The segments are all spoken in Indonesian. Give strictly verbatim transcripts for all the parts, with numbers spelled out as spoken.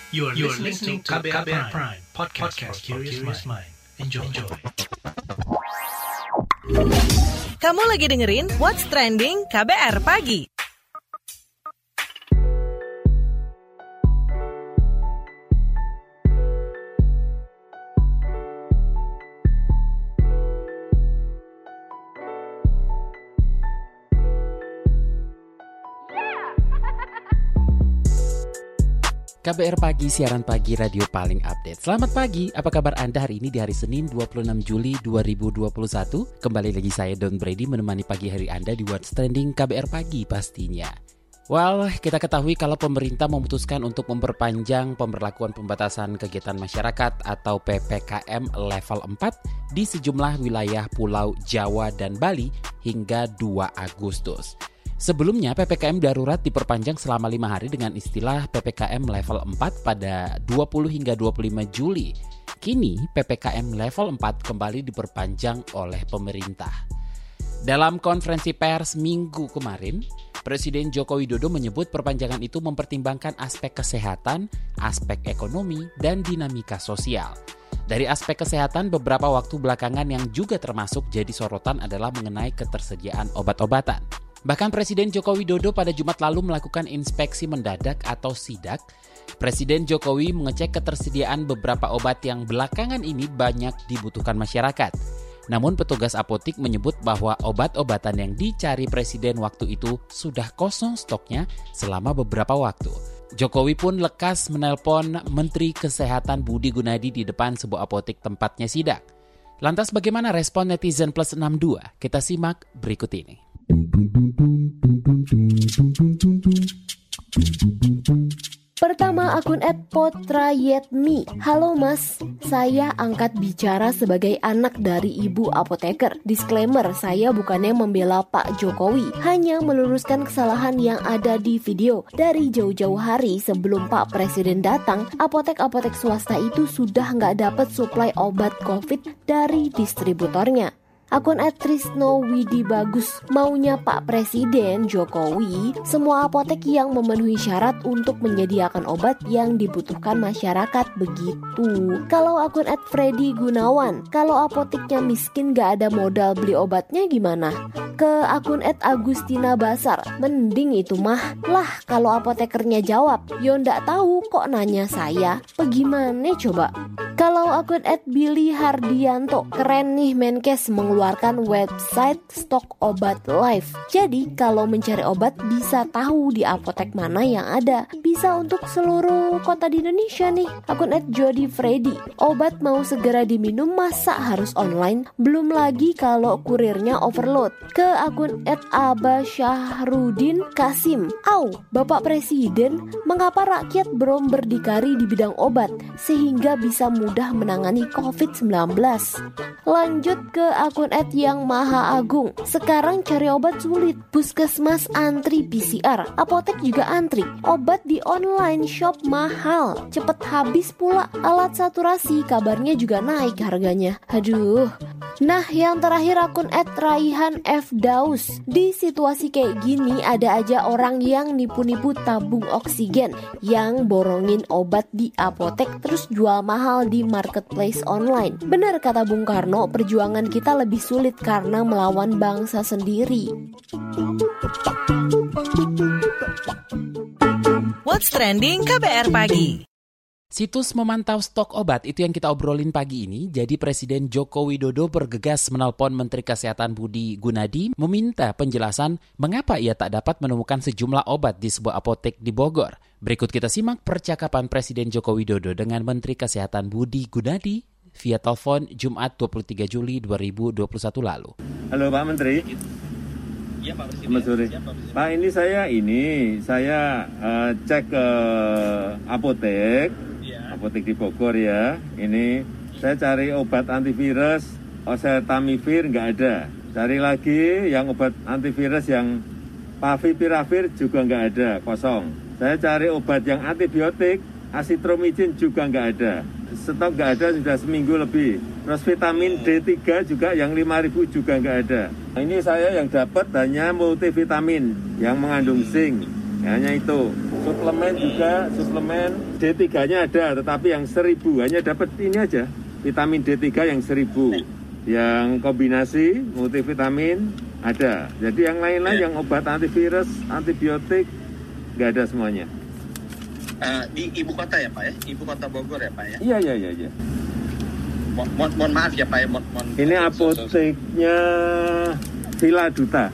You are, you are listening to K B R Prime, podcast, podcast for curious mind. Enjoy. Enjoy. Kamu lagi dengerin What's Trending K B R Pagi. K B R Pagi, siaran pagi radio paling update. Selamat pagi, apa kabar Anda hari ini di hari Senin dua puluh enam Juli dua ribu dua puluh satu? Kembali lagi saya Don Brady menemani pagi hari Anda di What's Trending K B R Pagi pastinya. Well, kita ketahui kalau pemerintah memutuskan untuk memperpanjang pemberlakuan pembatasan kegiatan masyarakat atau P P K M level empat di sejumlah wilayah Pulau Jawa dan Bali hingga dua Agustus. Sebelumnya P P K M darurat diperpanjang selama lima hari dengan istilah P P K M level empat pada dua puluh hingga dua puluh lima Juli. Kini P P K M level empat kembali diperpanjang oleh pemerintah. Dalam konferensi pers minggu kemarin, Presiden Joko Widodo menyebut perpanjangan itu mempertimbangkan aspek kesehatan, aspek ekonomi, dan dinamika sosial. Dari aspek kesehatan, beberapa waktu belakangan yang juga termasuk jadi sorotan adalah mengenai ketersediaan obat-obatan. Bahkan Presiden Joko Widodo pada Jumat lalu melakukan inspeksi mendadak atau sidak. Presiden Jokowi mengecek ketersediaan beberapa obat yang belakangan ini banyak dibutuhkan masyarakat. Namun petugas apotik menyebut bahwa obat-obatan yang dicari Presiden waktu itu sudah kosong stoknya selama beberapa waktu. Jokowi pun lekas menelpon Menteri Kesehatan Budi Gunadi di depan sebuah apotik tempatnya sidak. Lantas bagaimana respon netizen plus enam puluh dua? Kita simak berikut ini. Pertama, akun et potrayetmi. Halo mas, saya angkat bicara sebagai anak dari ibu apoteker. Disclaimer, saya bukannya membela Pak Jokowi, hanya meluruskan kesalahan yang ada di video. Dari jauh-jauh hari sebelum Pak Presiden datang, apotek-apotek swasta itu sudah nggak dapat suplai obat COVID dari distributornya. Akun et Trisno Widi Bagus, maunya Pak Presiden Jokowi, semua apotek yang memenuhi syarat untuk menyediakan obat yang dibutuhkan masyarakat begitu. Kalau akun et Freddy Gunawan, kalau apoteknya miskin gak ada modal beli obatnya gimana? Ke akun et Agustina Basar, mending itu mah. Lah kalau apotekernya jawab, yo ndak tahu kok nanya saya, bagaimana coba? Kalau akun et Billy Hardianto, keren nih Menkes mengeluarkan website stok obat live. Jadi kalau mencari obat bisa tahu di apotek mana yang ada. Bisa untuk seluruh kota di Indonesia nih. Akun et Jody Freddy, obat mau segera diminum masa harus online? Belum lagi kalau kurirnya overload. Ke akun et Aba Syahrudin Kasim, au, Bapak Presiden, mengapa rakyat belum berdikari di bidang obat sehingga bisa mudah menangani covid sembilan belas? Lanjut ke akun et yang Maha Agung, sekarang cari obat sulit, puskesmas antri P C R, apotek juga antri, obat di online shop mahal, cepet habis pula, alat saturasi kabarnya juga naik harganya. Aduh. Nah yang terakhir akun et Raihan F Daus, di situasi kayak gini ada aja orang yang nipu-nipu tabung oksigen, yang borongin obat di apotek terus jual mahal di marketplace online. Benar kata Bung Karno, perjuangan kita lebih sulit karena melawan bangsa sendiri. What's Trending K B R Pagi. Situs memantau stok obat itu yang kita obrolin pagi ini. Jadi Presiden Joko Widodo bergegas menelpon Menteri Kesehatan Budi Gunadi meminta penjelasan mengapa ia tak dapat menemukan sejumlah obat di sebuah apotek di Bogor. Berikut kita simak percakapan Presiden Joko Widodo dengan Menteri Kesehatan Budi Gunadi via telepon Jumat dua puluh tiga Juli dua ribu dua puluh satu lalu. Halo Pak Menteri. Iya Pak Presiden. Selamat sore. Ya, Pak, Pak ini saya ini saya uh, cek ke apotek, ya. apotek di Bogor ya. Ini saya cari obat antivirus, oseltamivir nggak ada. Cari lagi yang obat antivirus yang Favipiravir juga nggak ada, kosong. Saya cari obat yang antibiotik, asitromycin juga nggak ada. Stok nggak ada sudah seminggu lebih. Terus vitamin D tiga juga yang lima ribu juga nggak ada. Ini saya yang dapat hanya multivitamin yang mengandung zinc, hanya itu. suplemen juga, suplemen D tiga-nya ada, tetapi yang seribu hanya dapat ini aja, vitamin D tiga yang seribu. Yang kombinasi multivitamin ada. Jadi yang lain-lain, yang obat antivirus, antibiotik, nggak ada semuanya. Uh, di ibu kota ya Pak ya? Ibu kota Bogor ya Pak ya? Iya, iya, iya. iya. Mo- mo- mohon maaf ya Pak ya. Mo- mohon, Ini apoteknya Villa Duta.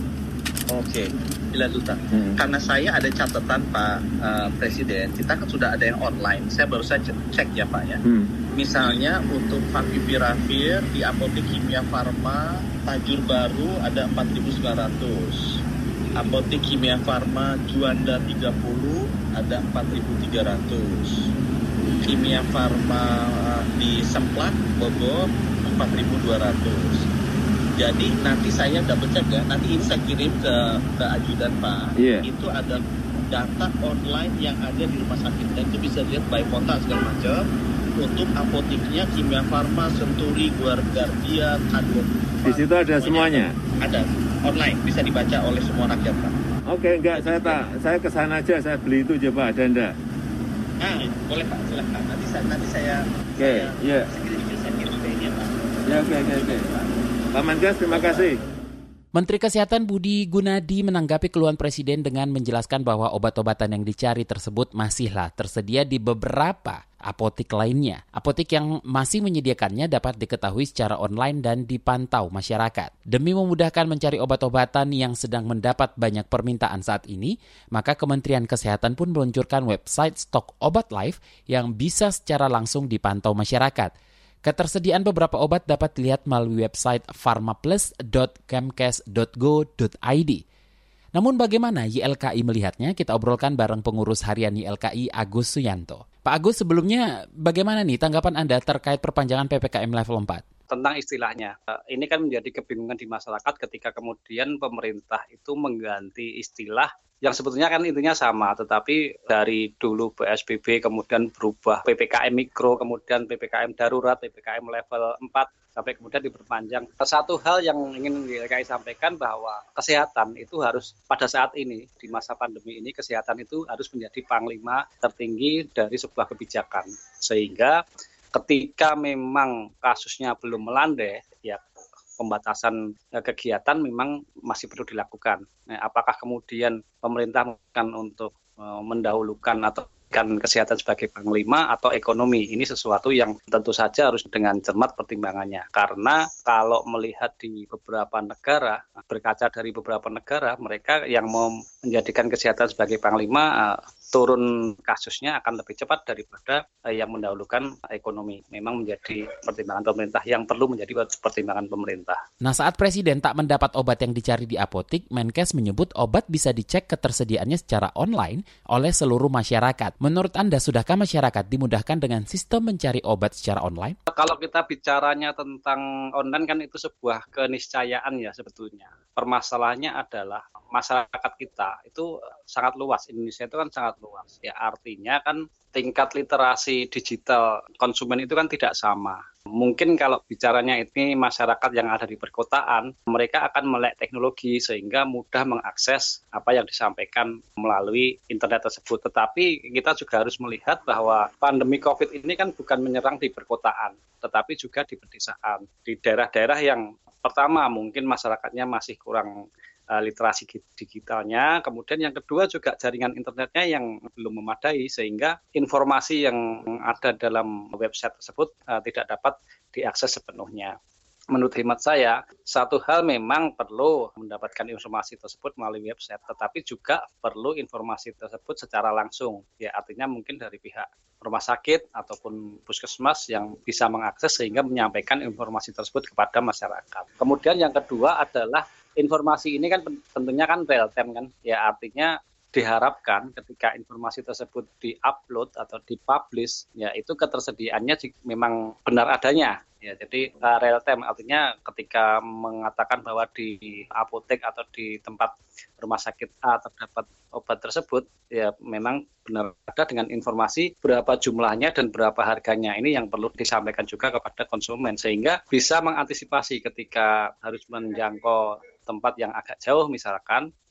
Oke, Villa Duta. Hmm. Karena saya ada catatan Pak uh, Presiden, kita kan sudah ada yang online. Saya baru saja cek ya Pak ya. Hmm. Misalnya untuk Favipiravir di apotek Kimia Farma Tajur Baru ada empat ribu sembilan ratus. Apotek Kimia Farma Juanda tiga puluh ada empat ribu tiga ratus. Kimia Farma di Semplak Bogor empat ribu dua ratus. Jadi nanti saya double check ya, nanti ini saya kirim ke ke ajudan Pak. Yeah. Itu ada data online yang ada di rumah sakit dan itu bisa dilihat by kota segala macam. Untuk apoteknya Kimia Farma, Senturi, Guardia, K dua puluh. Di situ ada semuanya. Ada online, bisa dibaca oleh semua rakyat Pak. Oke, enggak, saya tak, saya kesana aja, saya beli itu aja Pak, ada enggak? Nah, boleh Pak, silakan. Nanti saya, nanti saya. Oke, iya. Saya kirim, saya kirim ke ini Pak. Ya, oke, oke, oke. Pak Menkes, terima kasih. Menteri Kesehatan Budi Gunadi menanggapi keluhan Presiden dengan menjelaskan bahwa obat-obatan yang dicari tersebut masihlah tersedia di beberapa apotek lainnya. Apotek yang masih menyediakannya dapat diketahui secara online dan dipantau masyarakat. Demi memudahkan mencari obat-obatan yang sedang mendapat banyak permintaan saat ini, maka Kementerian Kesehatan pun meluncurkan website Stok Obat Live yang bisa secara langsung dipantau masyarakat. Ketersediaan beberapa obat dapat dilihat melalui website pharmaplus dot kemkes dot go dot i d. Namun bagaimana Y L K I melihatnya? Kita obrolkan bareng pengurus harian Y L K I Agus Suyanto. Pak Agus, sebelumnya bagaimana nih tanggapan Anda terkait perpanjangan P P K M level empat? Tentang istilahnya, ini kan menjadi kebingungan di masyarakat ketika kemudian pemerintah itu mengganti istilah yang sebetulnya kan intinya sama, tetapi dari dulu P S B B kemudian berubah P P K M mikro, kemudian P P K M darurat, P P K M level empat, sampai kemudian diperpanjang. Satu hal yang ingin Y L K I sampaikan bahwa kesehatan itu harus pada saat ini, di masa pandemi ini, kesehatan itu harus menjadi panglima tertinggi dari sebuah kebijakan. Sehingga ketika memang kasusnya belum melandai, ya pembatasan kegiatan memang masih perlu dilakukan. Nah, apakah kemudian pemerintah akan untuk uh, mendahulukan atau kan kesehatan sebagai panglima atau ekonomi? Ini sesuatu yang tentu saja harus dengan cermat pertimbangannya. Karena kalau melihat di beberapa negara, berkaca dari beberapa negara, mereka yang mau menjadikan kesehatan sebagai panglima, uh, turun kasusnya akan lebih cepat daripada uh, yang mendahulukan ekonomi. Memang menjadi pertimbangan pemerintah yang perlu menjadi pertimbangan pemerintah. Nah, saat Presiden tak mendapat obat yang dicari di apotek, Menkes menyebut obat bisa dicek ketersediaannya secara online oleh seluruh masyarakat. Menurut Anda, sudahkah masyarakat dimudahkan dengan sistem mencari obat secara online? Kalau kita bicaranya tentang online kan itu sebuah keniscayaan ya sebetulnya. Permasalahannya adalah masyarakat kita itu sangat luas. Indonesia itu kan sangat luas. Ya artinya kan tingkat literasi digital konsumen itu kan tidak sama. Mungkin kalau bicaranya ini masyarakat yang ada di perkotaan, mereka akan melek teknologi sehingga mudah mengakses apa yang disampaikan melalui internet tersebut. Tetapi kita juga harus melihat bahwa pandemi COVID ini kan bukan menyerang di perkotaan, tetapi juga di pedesaan. Di daerah-daerah yang pertama mungkin masyarakatnya masih kurang uh, literasi digitalnya, kemudian yang kedua juga jaringan internetnya yang belum memadai sehingga informasi yang ada dalam website tersebut uh, tidak dapat diakses sepenuhnya. Menurut hemat saya, satu hal memang perlu mendapatkan informasi tersebut melalui website, tetapi juga perlu informasi tersebut secara langsung. Ya, artinya mungkin dari pihak rumah sakit ataupun puskesmas yang bisa mengakses sehingga menyampaikan informasi tersebut kepada masyarakat. Kemudian yang kedua adalah informasi ini kan tentunya kan real time kan, ya artinya diharapkan ketika informasi tersebut di-upload atau di-publish, ya itu ketersediaannya memang benar adanya. Ya, jadi uh, real time artinya ketika mengatakan bahwa di apotek atau di tempat rumah sakit A terdapat obat tersebut, ya memang benar ada dengan informasi berapa jumlahnya dan berapa harganya. Ini yang perlu disampaikan juga kepada konsumen sehingga bisa mengantisipasi ketika harus menjangkau tempat yang agak jauh misalkan,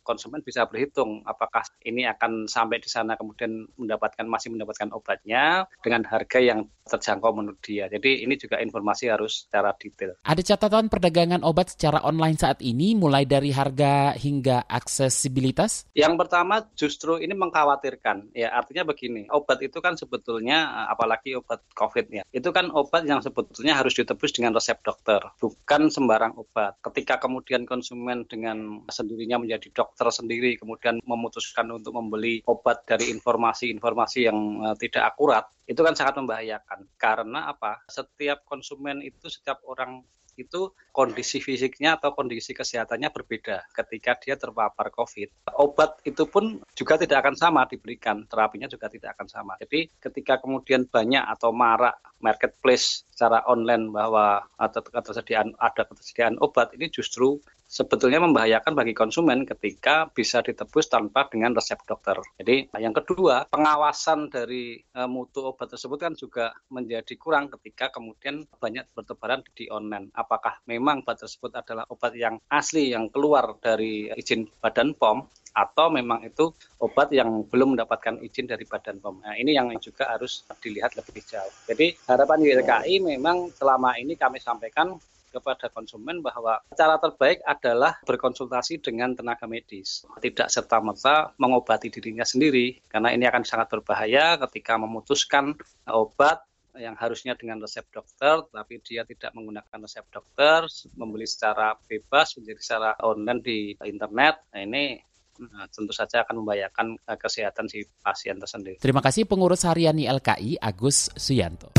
konsumen bisa berhitung apakah ini akan sampai di sana kemudian mendapatkan masih mendapatkan obatnya dengan harga yang terjangkau menurut dia. Jadi ini juga informasi harus secara detail. Ada catatan perdagangan obat secara online saat ini mulai dari harga hingga aksesibilitas? Yang pertama justru ini mengkhawatirkan. Ya artinya begini, obat itu kan sebetulnya apalagi obat COVID ya, itu kan obat yang sebetulnya harus ditebus dengan resep dokter, bukan sembarang obat. Ketika kemudian konsumen dengan sendirinya menjadi dokter sendiri, kemudian memutuskan untuk membeli obat dari informasi-informasi yang uh, tidak akurat, itu kan sangat membahayakan. Karena apa? Setiap konsumen itu, setiap orang itu kondisi fisiknya atau kondisi kesehatannya berbeda ketika dia terpapar COVID. Obat itu pun juga tidak akan sama diberikan, terapinya juga tidak akan sama. Jadi ketika kemudian banyak atau marak marketplace secara online bahwa ada ketersediaan, ada ketersediaan obat, ini justru sebetulnya membahayakan bagi konsumen ketika bisa ditebus tanpa dengan resep dokter. Jadi yang kedua, pengawasan dari e, mutu obat tersebut kan juga menjadi kurang ketika kemudian banyak bertebaran di online. Apakah memang obat tersebut adalah obat yang asli yang keluar dari izin Badan P O M atau memang itu obat yang belum mendapatkan izin dari Badan P O M. Nah, ini yang juga harus dilihat lebih jauh. Jadi harapan Y L K I memang selama ini kami sampaikan kepada konsumen bahwa cara terbaik adalah berkonsultasi dengan tenaga medis. Tidak serta-merta mengobati dirinya sendiri, karena ini akan sangat berbahaya ketika memutuskan obat yang harusnya dengan resep dokter, tapi dia tidak menggunakan resep dokter, membeli secara bebas, menjadi secara online di internet. Nah, ini nah, tentu saja akan membahayakan kesehatan si pasien tersendiri. Terima kasih Pengurus Harian Y L K I Agus Suyanto.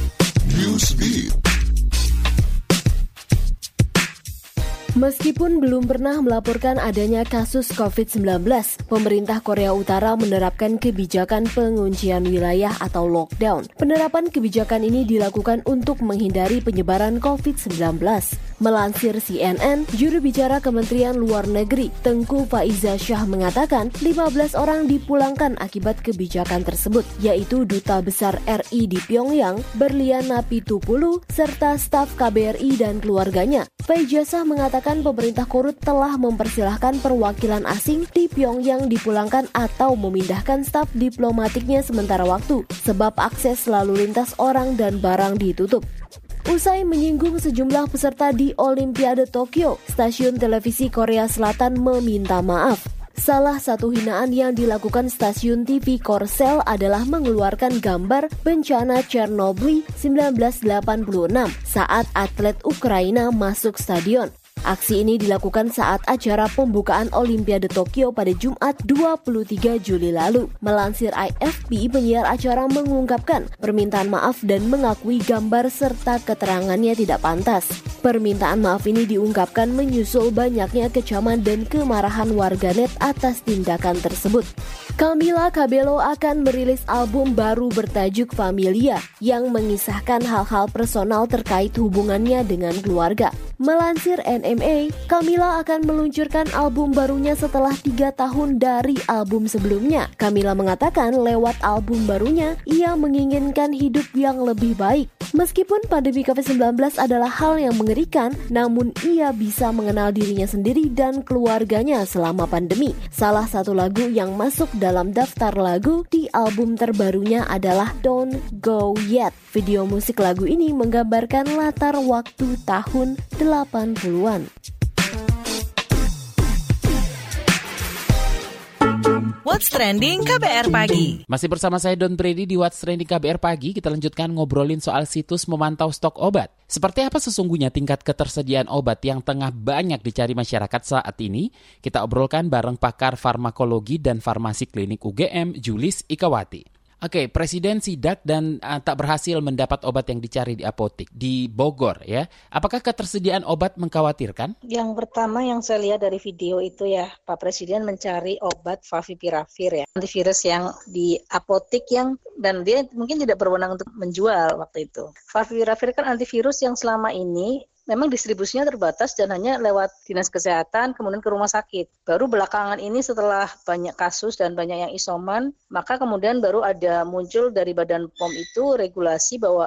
Meskipun belum pernah melaporkan adanya kasus covid sembilan belas, pemerintah Korea Utara menerapkan kebijakan penguncian wilayah atau lockdown. Penerapan kebijakan ini dilakukan untuk menghindari penyebaran covid sembilan belas. Melansir C N N, juru bicara Kementerian Luar Negeri, Tengku Faiza Shah mengatakan lima belas orang dipulangkan akibat kebijakan tersebut, yaitu Duta Besar R I di Pyongyang, Berliana Pitupulu, serta staf K B R I dan keluarganya. Faiza Shah mengatakan pemerintah Korut telah mempersilahkan perwakilan asing di Pyongyang dipulangkan atau memindahkan staf diplomatiknya sementara waktu, sebab akses lalu lintas orang dan barang ditutup. Usai menyinggung sejumlah peserta di Olimpiade Tokyo, stasiun televisi Korea Selatan meminta maaf. Salah satu hinaan yang dilakukan stasiun T V Korsel adalah mengeluarkan gambar bencana Chernobyl seribu sembilan ratus delapan puluh enam saat atlet Ukraina masuk stadion. Aksi ini dilakukan saat acara pembukaan Olimpiade Tokyo pada Jumat dua puluh tiga Juli lalu. Melansir I F P, penyiar acara mengungkapkan permintaan maaf dan mengakui gambar serta keterangannya tidak pantas. Permintaan maaf ini diungkapkan menyusul banyaknya kecaman dan kemarahan warganet atas tindakan tersebut. Camila Cabello akan merilis album baru bertajuk Familia yang mengisahkan hal-hal personal terkait hubungannya dengan keluarga. Melansir N M A, Camila akan meluncurkan album barunya setelah tiga tahun dari album sebelumnya. Camila mengatakan lewat album barunya, ia menginginkan hidup yang lebih baik. Meskipun pandemi covid sembilan belas adalah hal yang mengerikan, namun ia bisa mengenal dirinya sendiri dan keluarganya selama pandemi. Salah satu lagu yang masuk dalam daftar lagu di album terbarunya adalah Don't Go Yet. Video musik lagu ini menggambarkan latar waktu tahun delapan puluhan. What's Trending K B R Pagi. Masih bersama saya Don Brady di What's Trending K B R Pagi. Kita lanjutkan ngobrolin soal situs memantau stok obat. Seperti apa sesungguhnya tingkat ketersediaan obat yang tengah banyak dicari masyarakat saat ini? Kita obrolkan bareng pakar farmakologi dan farmasi klinik U G M, Julis Ikawati. Oke, Presiden sidak dan uh, tak berhasil mendapat obat yang dicari di apotik di Bogor ya. Apakah ketersediaan obat mengkhawatirkan? Yang pertama yang saya lihat dari video itu ya, Pak Presiden mencari obat Favipiravir ya, antivirus yang di apotik yang dan dia mungkin tidak berwenang untuk menjual waktu itu. Favipiravir kan antivirus yang selama ini memang distribusinya terbatas dan hanya lewat dinas kesehatan, kemudian ke rumah sakit. Baru belakangan ini setelah banyak kasus dan banyak yang isoman, maka kemudian baru ada muncul dari Badan P O M itu regulasi bahwa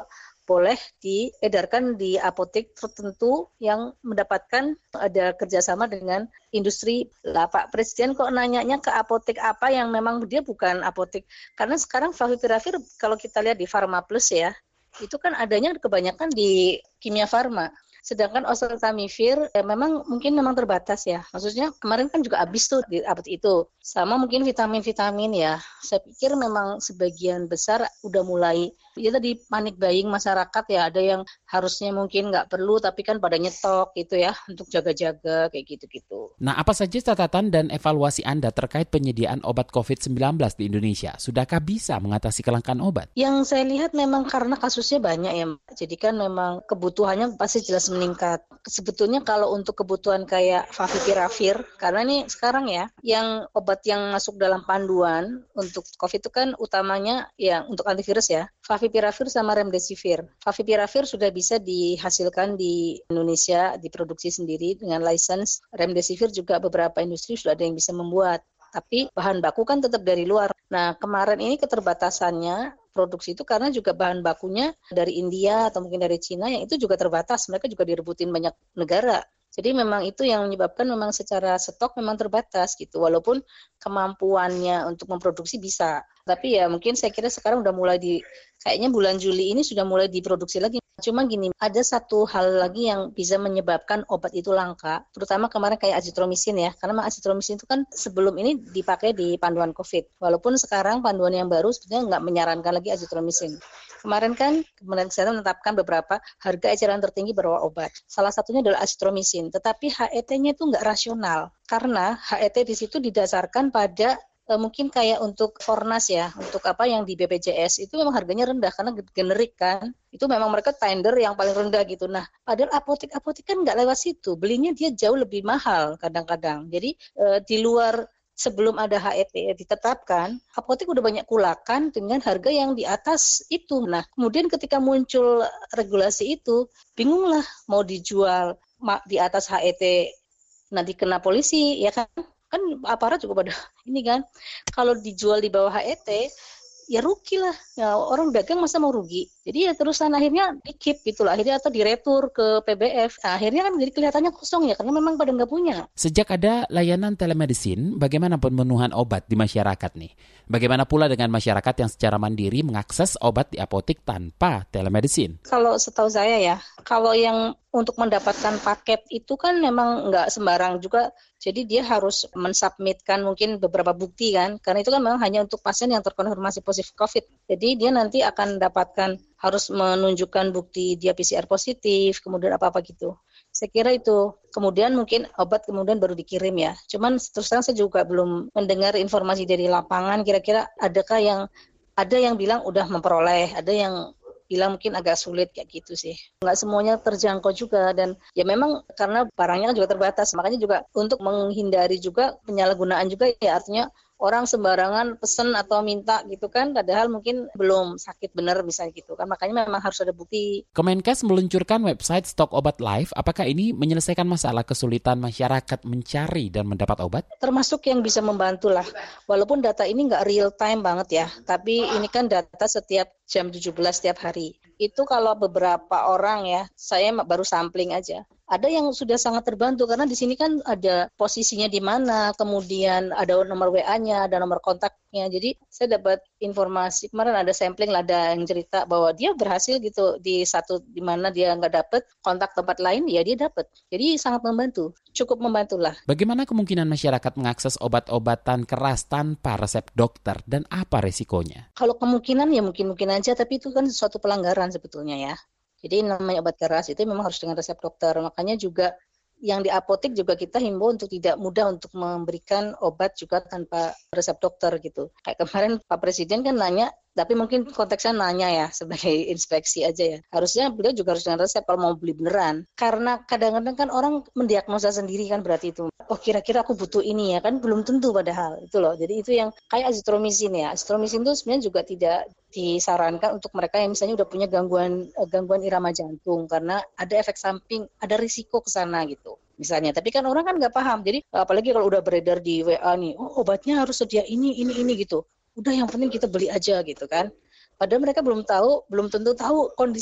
boleh diedarkan di apotek tertentu yang mendapatkan ada kerjasama dengan industri. Lah Pak Presiden kok nanyanya ke apotek apa yang memang dia bukan apotek? Karena sekarang Favipiravir kalau kita lihat di Pharma Plus ya, itu kan adanya kebanyakan di Kimia Farma. Sedangkan oseltamivir ya memang mungkin memang terbatas ya. Maksudnya kemarin kan juga habis tuh di apotek itu. Sama mungkin vitamin-vitamin ya. Saya pikir memang sebagian besar udah mulai ya tadi panik buying masyarakat ya. Ada yang harusnya mungkin nggak perlu tapi kan pada nyetok gitu ya untuk jaga-jaga kayak gitu-gitu. Nah, apa saja catatan dan evaluasi Anda terkait penyediaan obat covid sembilan belas di Indonesia? Sudahkah bisa mengatasi kelangkaan obat? Yang saya lihat memang karena kasusnya banyak ya, jadi kan memang kebutuhannya pasti jelas meningkat. Sebetulnya kalau untuk kebutuhan kayak Favipiravir, karena ini sekarang ya, yang obat yang masuk dalam panduan untuk COVID itu kan utamanya ya untuk antivirus ya, Favipiravir sama Remdesivir. Favipiravir sudah bisa dihasilkan di Indonesia, diproduksi sendiri dengan license. Remdesivir juga beberapa industri sudah ada yang bisa membuat. Tapi bahan baku kan tetap dari luar. Nah, kemarin ini keterbatasannya produksi itu karena juga bahan bakunya dari India atau mungkin dari Cina yang itu juga terbatas. Mereka juga direbutin banyak negara. Jadi memang itu yang menyebabkan memang secara stok memang terbatas gitu. Walaupun kemampuannya untuk memproduksi bisa. Tapi ya mungkin saya kira sekarang udah mulai di, kayaknya bulan Juli ini sudah mulai diproduksi lagi. Cuma gini, ada satu hal lagi yang bisa menyebabkan obat itu langka, terutama kemarin kayak azitromisin ya, karena azitromisin itu kan sebelum ini dipakai di panduan COVID, walaupun sekarang panduan yang baru sebenarnya nggak menyarankan lagi azitromisin. Kemarin kan Kementerian Kesehatan menetapkan beberapa harga eceran tertinggi berupa obat, salah satunya adalah azitromisin, tetapi H E T-nya itu nggak rasional, karena H E T di situ didasarkan pada mungkin kayak untuk Fornas ya, untuk apa yang di B P J S itu memang harganya rendah karena generik kan, itu memang mereka tender yang paling rendah gitu. Nah, padahal apotek-apotek kan nggak lewat situ, belinya dia jauh lebih mahal kadang-kadang. Jadi e, di luar sebelum ada H E T ditetapkan, apotek udah banyak kulakan dengan harga yang di atas itu. Nah, kemudian ketika muncul regulasi itu, bingunglah mau dijual di atas H E T, nanti kena polisi ya kan? Kan aparat juga pada ini kan, kalau dijual di bawah H E T ya rugi lah, ya, orang dagang masa mau rugi, jadi ya terusan akhirnya di-keep gitu lah, akhirnya atau diretur ke P B F, nah, akhirnya kan jadi kelihatannya kosong ya, karena memang pada nggak punya. Sejak ada layanan telemedicine, bagaimana pemenuhan obat di masyarakat nih? Bagaimana pula dengan masyarakat yang secara mandiri mengakses obat di apotek tanpa telemedicine? Kalau setahu saya ya, kalau yang untuk mendapatkan paket itu kan memang nggak sembarang juga. Jadi dia harus mensubmitkan mungkin beberapa bukti kan, karena itu kan memang hanya untuk pasien yang terkonfirmasi positif COVID. Jadi dia nanti akan mendapatkan, harus menunjukkan bukti dia P C R positif, kemudian apa-apa gitu. Saya kira itu. Kemudian mungkin obat kemudian baru dikirim ya. Cuman terus terang saya juga belum mendengar informasi dari lapangan, kira-kira adakah yang, ada yang bilang udah memperoleh, ada yang bilang mungkin agak sulit kayak gitu sih. Nggak semuanya terjangkau juga, dan ya memang karena barangnya juga terbatas, makanya juga untuk menghindari juga penyalahgunaan juga ya, artinya orang sembarangan pesen atau minta gitu kan, padahal mungkin belum sakit benar misalnya gitu kan, makanya memang harus ada bukti. Kemenkes meluncurkan website stok obat live, apakah ini menyelesaikan masalah kesulitan masyarakat mencari dan mendapat obat? Termasuk yang bisa membantu lah, walaupun data ini nggak real time banget ya, tapi ini kan data setiap jam tujuh belas setiap hari. Itu kalau beberapa orang ya, saya baru sampling aja. Ada yang sudah sangat terbantu karena di sini kan ada posisinya di mana, kemudian ada nomor W A-nya, ada nomor kontaknya. Jadi saya dapat informasi, kemarin ada sampling, ada yang cerita bahwa dia berhasil gitu di satu di mana dia nggak dapat kontak tempat lain, ya dia dapat. Jadi sangat membantu, cukup membantulah. Bagaimana kemungkinan masyarakat mengakses obat-obatan keras tanpa resep dokter dan apa resikonya? Kalau kemungkinan ya mungkin-mungkin aja, tapi itu kan suatu pelanggaran sebetulnya ya. Jadi namanya obat keras itu memang harus dengan resep dokter. Makanya juga yang di apotek juga kita himbau untuk tidak mudah untuk memberikan obat juga tanpa resep dokter gitu. Kayak kemarin Pak Presiden kan nanya, tapi mungkin konteksnya nanya ya sebagai inspeksi aja ya. Harusnya beliau juga harus dengan resep kalau mau beli beneran. Karena kadang-kadang kan orang mendiagnosa sendiri kan, berarti itu. Oh kira-kira aku butuh ini ya, kan belum tentu padahal itu loh. Jadi itu yang kayak azitromisin ya. Azitromisin itu sebenarnya juga tidak disarankan untuk mereka yang misalnya udah punya gangguan gangguan irama jantung, karena ada efek samping, ada risiko ke sana gitu misalnya. Tapi kan orang kan nggak paham. Jadi apalagi kalau udah beredar di W A nih, oh obatnya harus sedia ini, ini, ini gitu. Udah yang penting kita beli aja gitu kan. Padahal mereka belum tahu, belum tentu tahu kondisi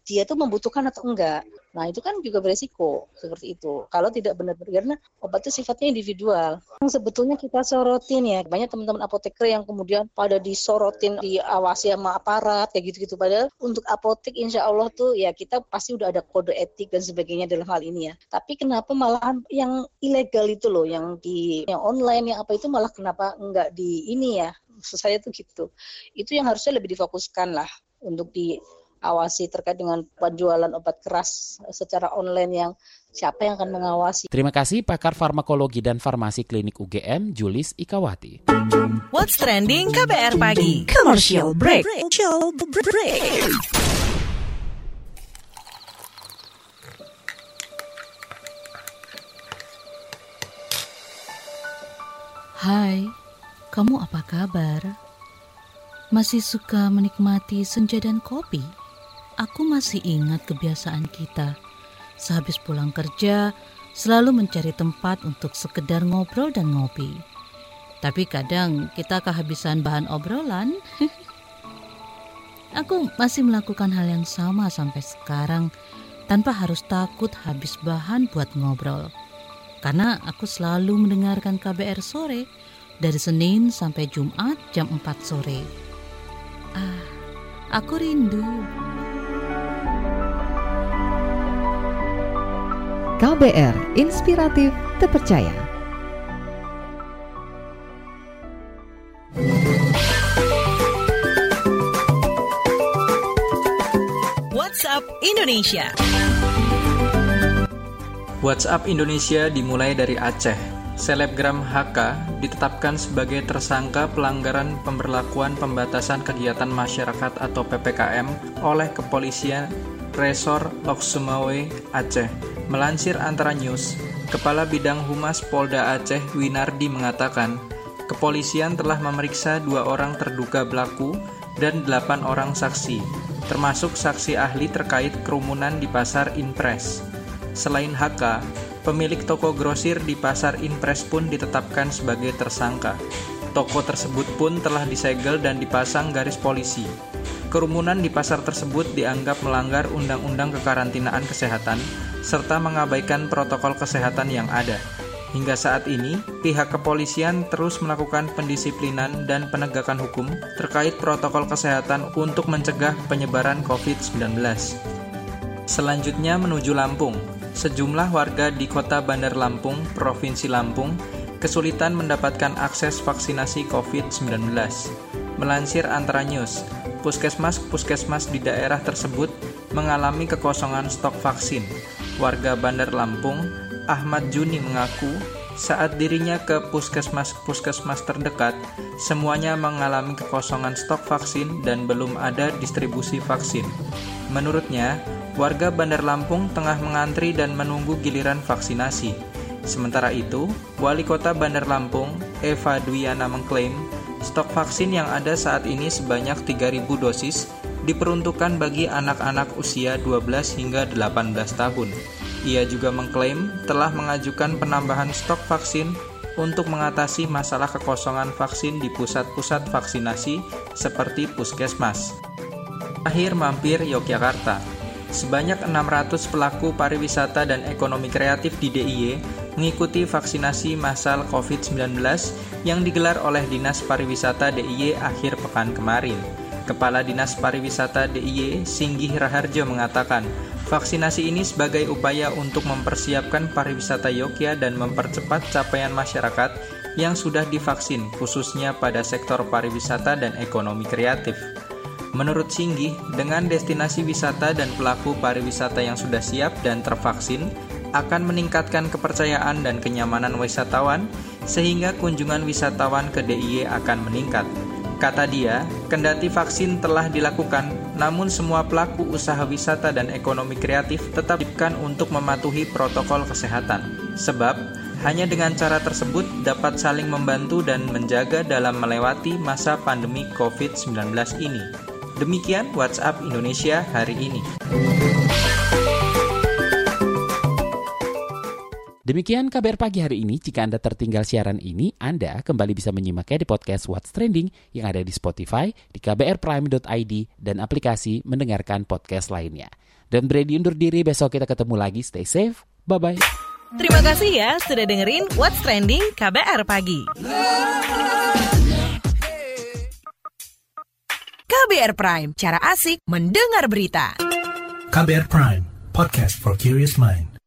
dia tuh membutuhkan atau enggak. Nah itu kan juga beresiko seperti itu. Kalau tidak benar-benar, karena obat itu sifatnya individual. Yang sebetulnya kita sorotin ya, banyak teman-teman apoteker yang kemudian pada disorotin, diawasi sama aparat kayak gitu-gitu. Padahal untuk apotek insya Allah tuh ya kita pasti udah ada kode etik dan sebagainya dalam hal ini ya. Tapi kenapa malahan yang ilegal itu loh, yang di yang online yang apa itu malah kenapa enggak di ini ya? Maksud saya tuh gitu. Itu yang harusnya lebih difokuskan lah untuk di awasi terkait dengan penjualan obat keras secara online yang siapa yang akan mengawasi. Terima kasih pakar farmakologi dan farmasi klinik U G M, Julis Ikawati. What's Trending K B R Pagi. Commercial break. Commercial break. Hai, kamu apa kabar? Masih suka menikmati senja dan kopi? Aku masih ingat kebiasaan kita. Sehabis pulang kerja, selalu mencari tempat untuk sekedar ngobrol dan ngopi. Tapi kadang kita kehabisan bahan obrolan. Aku masih melakukan hal yang sama sampai sekarang, tanpa harus takut habis bahan buat ngobrol. Karena aku selalu mendengarkan K B R Sore, dari Senin sampai Jumat jam empat sore. Ah, aku rindu. K B R Inspiratif Terpercaya. WhatsApp Indonesia. WhatsApp Indonesia dimulai dari Aceh. Selebgram H K ditetapkan sebagai tersangka pelanggaran pemberlakuan pembatasan kegiatan masyarakat atau P P K M oleh Kepolisian Resor Lok Sumawe, Aceh. Melansir Antara News, Kepala Bidang Humas Polda Aceh Winardi mengatakan, kepolisian telah memeriksa dua orang terduga pelaku dan delapan orang saksi, termasuk saksi ahli terkait kerumunan di Pasar Inpres. Selain H K, pemilik toko grosir di Pasar Inpres pun ditetapkan sebagai tersangka. Toko tersebut pun telah disegel dan dipasang garis polisi. Kerumunan di pasar tersebut dianggap melanggar Undang-Undang Kekarantinaan Kesehatan serta mengabaikan protokol kesehatan yang ada. Hingga saat ini, pihak kepolisian terus melakukan pendisiplinan dan penegakan hukum terkait protokol kesehatan untuk mencegah penyebaran covid sembilan belas. Selanjutnya menuju Lampung. Sejumlah warga di Kota Bandar Lampung, Provinsi Lampung, kesulitan mendapatkan akses vaksinasi covid sembilan belas. Melansir Antara News, puskesmas-puskesmas di daerah tersebut mengalami kekosongan stok vaksin. Warga Bandar Lampung, Ahmad Juni mengaku saat dirinya ke puskesmas-puskesmas terdekat, semuanya mengalami kekosongan stok vaksin dan belum ada distribusi vaksin. Menurutnya, warga Bandar Lampung tengah mengantri dan menunggu giliran vaksinasi. Sementara itu, Wali Kota Bandar Lampung, Eva Dwiana mengklaim, stok vaksin yang ada saat ini sebanyak tiga ribu dosis diperuntukkan bagi anak-anak usia dua belas hingga delapan belas tahun. Ia juga mengklaim telah mengajukan penambahan stok vaksin untuk mengatasi masalah kekosongan vaksin di pusat-pusat vaksinasi seperti puskesmas. Akhir mampir Yogyakarta. Sebanyak enam ratus pelaku pariwisata dan ekonomi kreatif di D I Y mengikuti vaksinasi massal covid sembilan belas yang digelar oleh Dinas Pariwisata D I Y akhir pekan kemarin. Kepala Dinas Pariwisata D I Y, Singgih Raharjo mengatakan, vaksinasi ini sebagai upaya untuk mempersiapkan pariwisata Yogyakarta dan mempercepat capaian masyarakat yang sudah divaksin, khususnya pada sektor pariwisata dan ekonomi kreatif. Menurut Singgih, dengan destinasi wisata dan pelaku pariwisata yang sudah siap dan tervaksin, akan meningkatkan kepercayaan dan kenyamanan wisatawan, sehingga kunjungan wisatawan ke D I Y akan meningkat. Kata dia, kendati vaksin telah dilakukan, namun semua pelaku usaha wisata dan ekonomi kreatif tetap diwajibkan untuk mematuhi protokol kesehatan. Sebab, hanya dengan cara tersebut dapat saling membantu dan menjaga dalam melewati masa pandemi covid sembilan belas ini. Demikian WhatsApp Indonesia hari ini. Demikian K B R Pagi hari ini. Jika Anda tertinggal siaran ini, Anda kembali bisa menyimaknya di podcast What's Trending yang ada di Spotify, di k b r prime dot i d, dan aplikasi mendengarkan podcast lainnya. Dan Brady undur diri, besok kita ketemu lagi. Stay safe, bye-bye. Terima kasih ya sudah dengerin What's Trending K B R Pagi. K B R Prime, cara asik mendengar berita. K B R Prime, podcast for curious mind.